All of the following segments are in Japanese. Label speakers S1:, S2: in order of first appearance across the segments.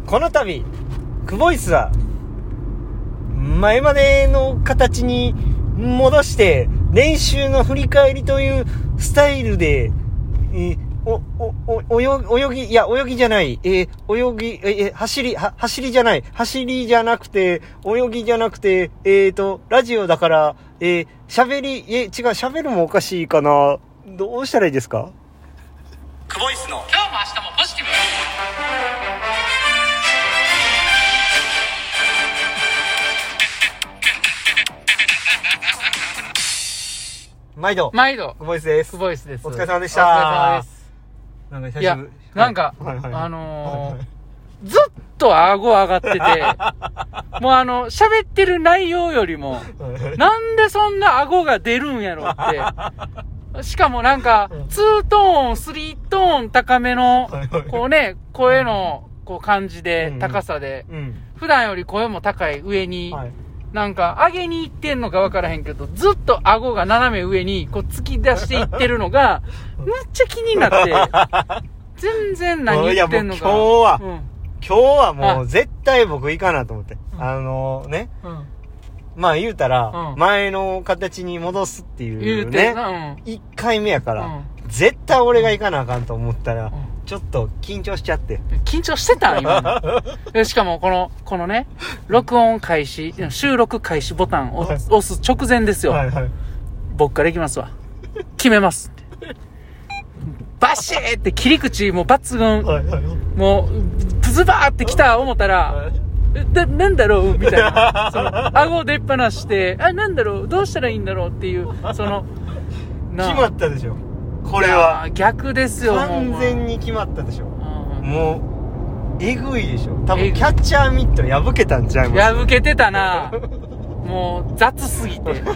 S1: この度クボイスは前までの形に戻して練習の振り返りというスタイルで、泳ぎじゃない、走りじゃない、走りじゃなくて、泳ぎじゃなくて、ラジオだから、喋るもおかしいかな。どうしたらいいですか？
S2: クボイスの
S3: 今日も明日もポジティブ。
S1: 毎度クボイスです。
S3: クボイスです。
S1: お疲れ様でした。
S3: お疲れ様です。
S1: なんか
S3: いや、なんか、ずっと顎上がってて、もう喋ってる内容よりも、なんでそんな顎が出るんやろって。しかもなんか、2トーン、3トーン高めの、こうね、声のこう感じで、高さで、普段より声も高い上に、なんか、上げに行ってんのか分からへんけど、ずっと顎が斜め上に、こう突き出していってるのが、むっちゃ気になって、全然何言ってんのか。
S1: 今日はもう絶対僕いかなと思って。まあ言うたら、前の形に戻すっていうね、1回目やから、絶対俺がいかなあかんと思ったら、ちょっと緊張しちゃって。
S3: 緊張してた今の。しかもこのね、録音開始、収録開始ボタンを押す直前ですよ。僕から行きますわ。決めますって。バシーって切り口もう抜群。もう、プズバーって来た思ったら、なんだろうみたいな。その、顎出っ放して、なんだろうどうしたらいいんだろうっていう、
S1: 決まったでしょ。これは
S3: 逆ですよ。
S1: 完全に決まったでしょ。もうえぐいでしょ。多分キャッチャーミット破けたんちゃいます？
S3: 破けてたな。もう雑すぎて。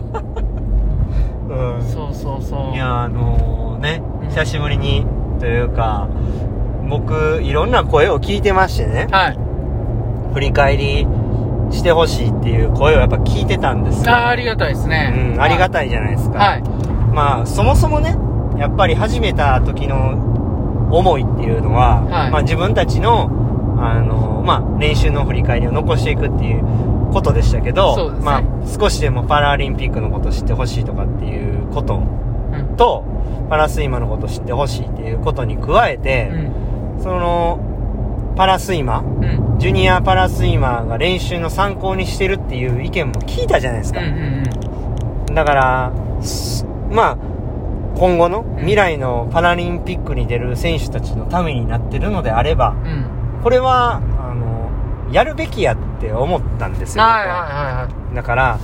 S3: そう
S1: いや久しぶりにというか、僕いろんな声を聞いてましてね、振り返りしてほしいっていう声をやっぱ聞いてたんですよ。
S3: ありがたいですね。
S1: ありがたいじゃないですか。まあそもそもね、やっぱり始めた時の思いっていうのは、まあ自分たちの練習の振り返りを残していくっていうことでしたけど、まあ少しでもパラリンピックのことを知ってほしいとかっていうことと、パラスイマーのことを知ってほしいっていうことに加えて、そのパラスイマー、ジュニアパラスイマーが練習の参考にしてるっていう意見も聞いたじゃないですか。だからまあ今後の未来のパラリンピックに出る選手たちのためになってるのであれば、これはやるべきやって思ったんですよ。だから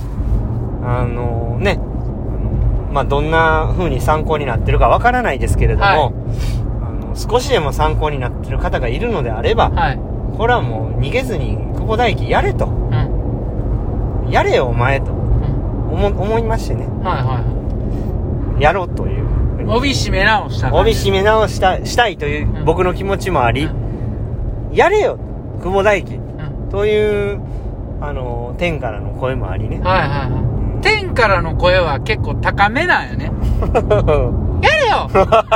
S1: まあどんな風に参考になってるかわからないですけれども、少しでも参考になってる方がいるのであれば、これはもう逃げずに久保大輝やれと、やれよお前と、思いましてね、やろうという
S3: 帯締め直
S1: したいという僕の気持ちもあり、やれよ久保大輝、という天からの声もありね。
S3: 天からの声は結構高めなんよね。やれよ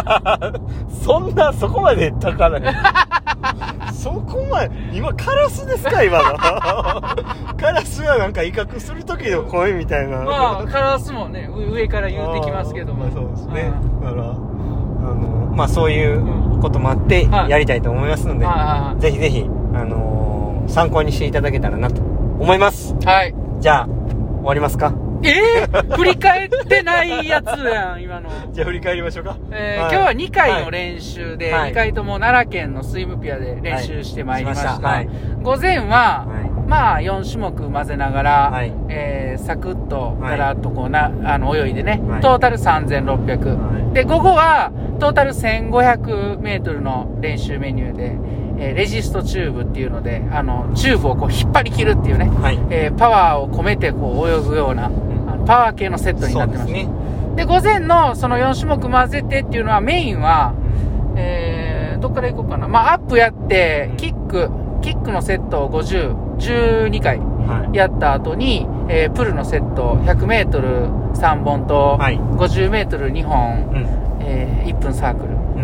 S1: そこまで高ないそこまで今カラスですか今のカラスがなんか威嚇する時の声みたいな。
S3: まあカラスもね上から言うてきますけども、
S1: そうですね。だからまあそういうこともあってやりたいと思いますので、ぜひぜひ参考にしていただけたらなと思います。じゃあ終わりますか？
S3: 振り返ってないやつやん今の。
S1: じゃあ振り返りましょうか。
S3: 今日は2回の練習で、2回とも奈良県のスイムピアで練習してまいりました。午前は、まあ4種目混ぜながら、サクッとだらっとこう泳いでね、トータル3600、で午後はトータル1500メートルの練習メニューで、レジストチューブっていうのでチューブをこう引っ張り切るっていうね、パワーを込めてこう泳ぐようなパワー系のセットになってます。で午前のその4種目混ぜてっていうのはメインは、どっから行こうかな。まあアップやってキックのセットを12回やった後に、プルのセット 100m 3本と、50m 2本、1分サークル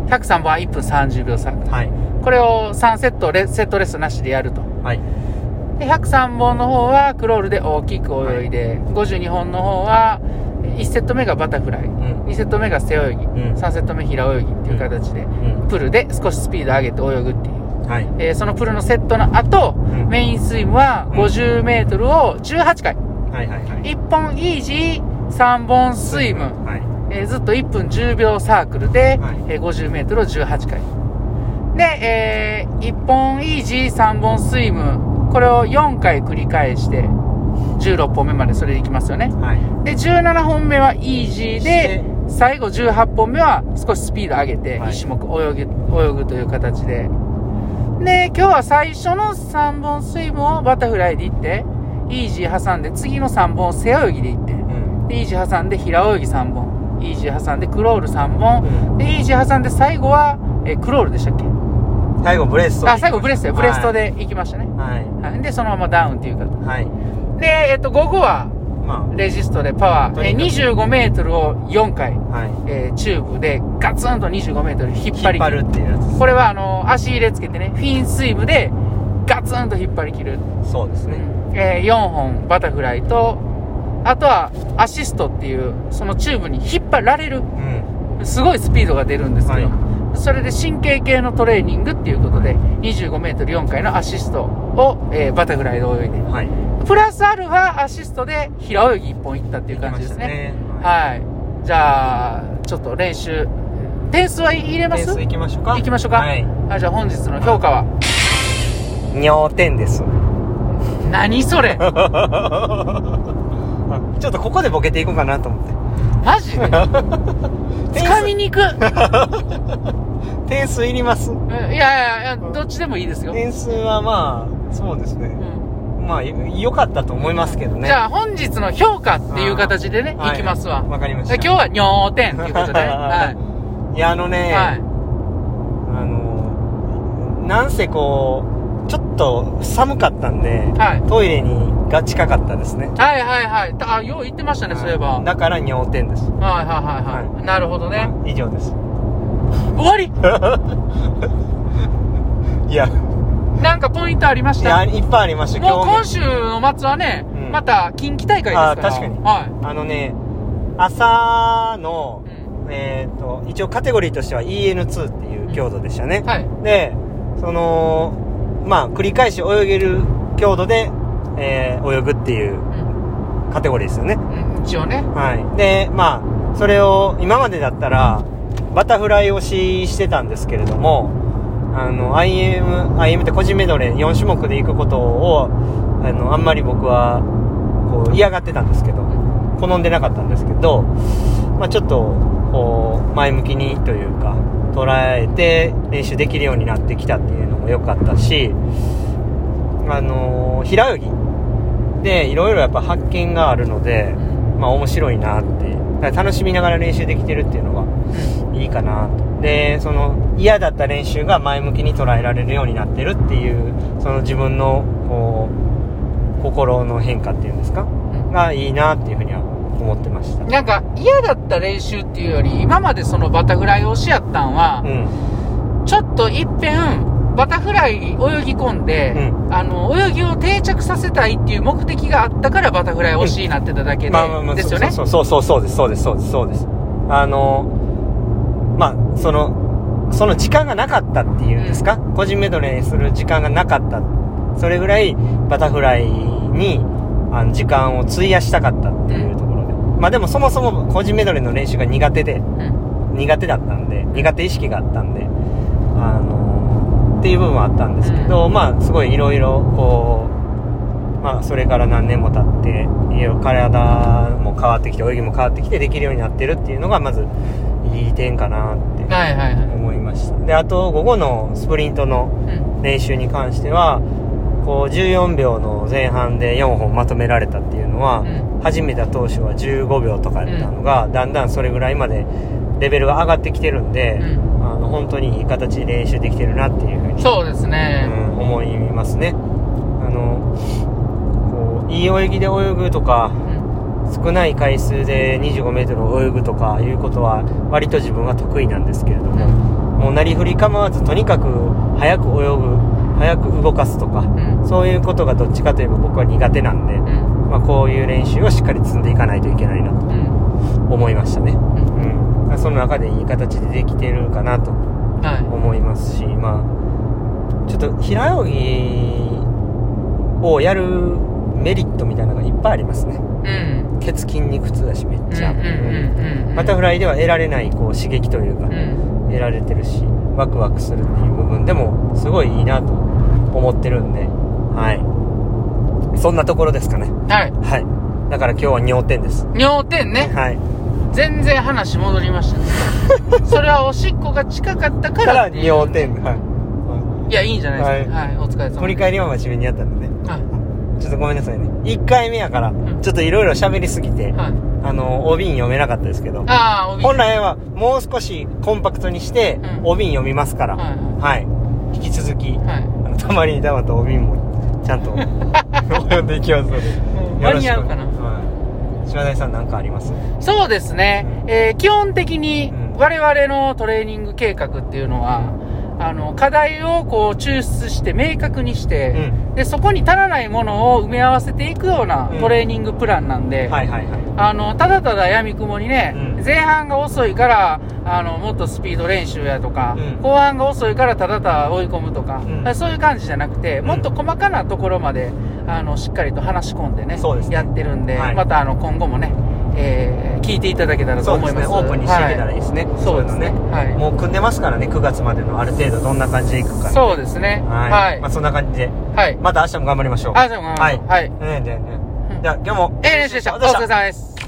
S3: 103本は1分30秒サークル、
S1: はい、
S3: これを3セットセットレスナシでやると、
S1: はい、
S3: で103本の方はクロールで大きく泳いで、はい、52本の方は1セット目がバタフライ、2セット目が背泳ぎ、3セット目平泳ぎっていう形で、プルで少しスピード上げて泳ぐっていう、はい、そのプルのセットの後、メインスイムは50メートルを18回、はいはいはい、1本イージー3本スイム、はい、ずっと1分10秒サークルで、はい、50メートルを18回で、1本イージー3本スイム、これを4回繰り返して16本目までそれでいきますよね、はい、で17本目はイージーで最後18本目は少しスピード上げて1種目泳ぐという形で、で今日は最初の3本スイムをバタフライでいってイージー挟んで次の3本を背泳ぎでいって、でイージー挟んで平泳ぎ3本、イージー挟んでクロール3本、でイージー挟んで最後は、クロールでしたっけ、
S1: 最後ブレスト、
S3: 最後ブレストで行きましたね、はいはい、でそのままダウンっていう形、はい、で、午後はレジストでパワー、25メートルを4回、はいチューブでガツンと25メートル引っ張り切る
S1: っていうやつ。
S3: これは足入れつけてね、フィンスイムでガツンと引っ張り切る。
S1: そうですね。
S3: 4本バタフライと、あとはアシストっていうそのチューブに引っ張られる、すごいスピードが出るんですけど、はい、それで神経系のトレーニングっていうことで25メートル4回のアシストを、バタフライで泳いで、はい、プラスアルファアシストで平泳ぎ1本いったっていう感じですね。はい、じゃあちょっと練習点数は入れます？
S1: 点数いきましょうか。
S3: いきましょうか。はい、じゃあ本日の評価は
S1: 2点です。
S3: 何それ
S1: ちょっとここでボケていこうかなと思って。
S3: マジでつかみに行く
S1: 点数いります？
S3: いやどっちでもいいですよ。
S1: 点数はまあそうですね、まあ良かったと思いますけどね。
S3: じゃあ本日の評価っていう形でねいきますわ。
S1: わかりました。
S3: 今日は2点っていうことで、はい、
S1: いやね、はい、なんせこうちょっと寒かったんで、はい、トイレにが近かったですね。
S3: はいはいはい。あ、よう言ってましたね、そういえば。
S1: だから2点です。
S3: はいはいはいはい。はい、なるほどね。
S1: 以上です。
S3: 終わり
S1: いや。
S3: なんかポイントありました？
S1: いや、いっぱいありました。
S3: もう今週の末はね、また近畿大会ですから。
S1: 確かに。
S3: はい。
S1: 朝の、一応カテゴリーとしては EN2 っていう強度でしたね。はい。で、繰り返し泳げる強度で、泳ぐっていうカテゴリーですよね。
S3: 一応ね。
S1: はい。で、それを今までだったらバタフライ押ししてたんですけれども、IM って個人メドレー4種目で行くことをあんまり僕はこう嫌がってたんですけど、好んでなかったんですけど、ちょっとこう前向きにというか捉えて練習できるようになってきたっていうのも良かったし、平泳ぎでいろいろやっぱ発見があるので、面白いなって、楽しみながら練習できてるっていうのがいいかなと。で、その嫌だった練習が前向きに捉えられるようになってるっていう、その自分のこう心の変化っていうんですか、がいいなっていうふうには思ってました。
S3: なんか嫌だった練習っていうより、今までそのバタフライをしやったんは、ちょっと一遍バタフライ泳ぎ込んで、泳ぎを定着させたいっていう目的があったからバタフライ推しになってただけで、ですよね。
S1: そうです。その時間がなかったっていうんですか、個人メドレーにする時間がなかった。それぐらいバタフライに時間を費やしたかったっていうところで、でもそもそも個人メドレーの練習が苦手だったんで、苦手意識があったんで、っていう部分はあったんですけど、すごいいろいろこう、それから何年も経って体も変わってきて泳ぎも変わってきてできるようになってるっていうのがまずいい点かなって思いました。で、あと午後のスプリントの練習に関しては、こう14秒の前半で4本まとめられたっていうのは、始めた当初は15秒とかやったのが、だんだんそれぐらいまでレベルが上がってきてるんで、本当にいい形で練習できてるなっていうふうに、
S3: そうですね、
S1: 思いますね。こういい泳ぎで泳ぐとか、少ない回数で25メートルを泳ぐとかいうことは割と自分は得意なんですけれども、 もうなりふり構わずとにかく早く泳ぐ、早く動かすとか、そういうことがどっちかといえば僕は苦手なんで、まあ、こういう練習をしっかり積んでいかないといけないなと思いましたね。その中でいい形でできてるかなと思いますし、まあちょっと平泳ぎをやるメリットみたいなのがいっぱいありますね。ケツ筋肉痛だしめっちゃ、バタフライでは得られないこう刺激というか、得られてるしワクワクするっていう部分でもすごいいいなと思ってるんで、はい、そんなところですかね。はい、はい、だから今日は尿点です。
S3: 尿点ね。はい、全然話戻りましたね。それはおしっこが近かったからっていう、ね、
S1: 尿点、はい、
S3: いやいいんじゃないですか。はい、はい、お疲れ様。
S1: 振り返りは真面目にやったんでね。はい、ちょっとごめんなさいね。1回目やからちょっといろいろ喋りすぎて、はい、お瓶読めなかったですけど、本来はもう少しコンパクトにしてお瓶読みますから、はい、はい、引き続き、はい、たまりにたまったお瓶もちゃんと読んでいきますので
S3: 間に合うかな。
S1: 島田さん何かあります？
S3: そうですね、基本的に我々のトレーニング計画っていうのは、課題をこう抽出して明確にして、でそこに足らないものを埋め合わせていくようなトレーニングプランなんで、ただただやみくもにね、前半が遅いからもっとスピード練習やとか、後半が遅いからただただ追い込むとか、そういう感じじゃなくて、もっと細かなところまでしっかりと話し込んでね、やってるんで、また今後もね、聞いていただけたらと思います。
S1: オープンにしていけたらいいですね。そうですね。もう組んでますからね、9月までのある程度どんな感じでいくか。
S3: そうですね。はい。
S1: まあそんな感じで、また明日も頑張りましょう。
S3: 明日も頑張りましょう。はい。
S1: じゃあ今日も
S3: 練習でした。お疲れ様です。